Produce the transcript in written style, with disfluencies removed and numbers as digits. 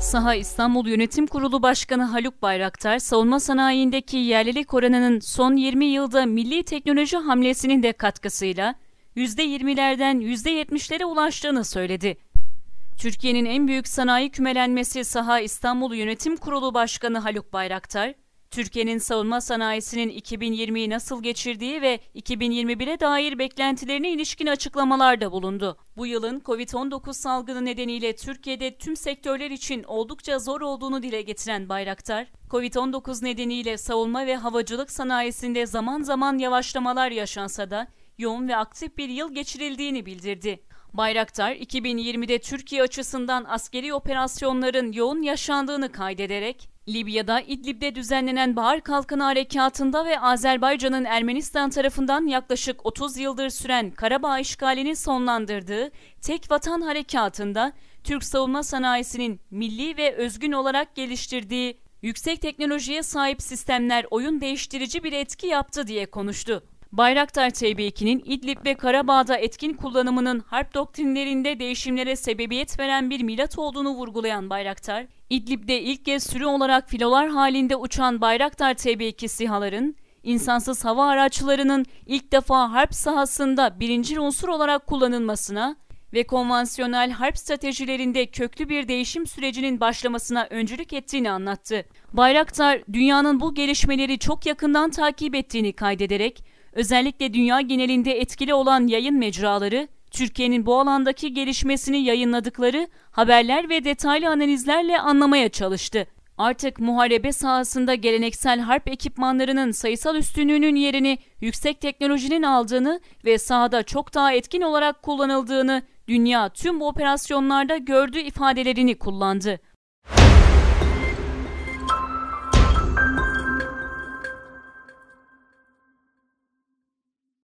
Saha İstanbul Yönetim Kurulu Başkanı Haluk Bayraktar, savunma sanayindeki yerlilik oranının son 20 yılda milli teknoloji hamlesinin de katkısıyla %20'lerden %70'lere ulaştığını söyledi. Türkiye'nin en büyük sanayi kümelenmesi Saha İstanbul Yönetim Kurulu Başkanı Haluk Bayraktar, Türkiye'nin savunma sanayisinin 2020'yi nasıl geçirdiği ve 2021'e dair beklentilerine ilişkin açıklamalarda bulundu. Bu yılın Covid-19 salgını nedeniyle Türkiye'de tüm sektörler için oldukça zor olduğunu dile getiren Bayraktar, Covid-19 nedeniyle savunma ve havacılık sanayisinde zaman zaman yavaşlamalar yaşansa da yoğun ve aktif bir yıl geçirildiğini bildirdi. Bayraktar, 2020'de Türkiye açısından askeri operasyonların yoğun yaşandığını kaydederek, Libya'da İdlib'de düzenlenen Bahar Kalkanı Harekatı'nda ve Azerbaycan'ın Ermenistan tarafından yaklaşık 30 yıldır süren Karabağ işgalini sonlandırdığı Tek Vatan Harekatı'nda Türk savunma sanayisinin milli ve özgün olarak geliştirdiği yüksek teknolojiye sahip sistemler oyun değiştirici bir etki yaptı diye konuştu. Bayraktar TB2'nin İdlib ve Karabağ'da etkin kullanımının harp doktrinlerinde değişimlere sebebiyet veren bir milat olduğunu vurgulayan Bayraktar, İdlib'de ilk kez sürü olarak filolar halinde uçan Bayraktar TB2 SİHA'ların, insansız hava araçlarının ilk defa harp sahasında birincil unsur olarak kullanılmasına ve konvansiyonel harp stratejilerinde köklü bir değişim sürecinin başlamasına öncülük ettiğini anlattı. Bayraktar, dünyanın bu gelişmeleri çok yakından takip ettiğini kaydederek, özellikle dünya genelinde etkili olan yayın mecraları, Türkiye'nin bu alandaki gelişmesini yayınladıkları haberler ve detaylı analizlerle anlamaya çalıştı. Artık muharebe sahasında geleneksel harp ekipmanlarının sayısal üstünlüğünün yerini yüksek teknolojinin aldığını ve sahada çok daha etkin olarak kullanıldığını dünya tüm bu operasyonlarda gördüğü ifadelerini kullandı.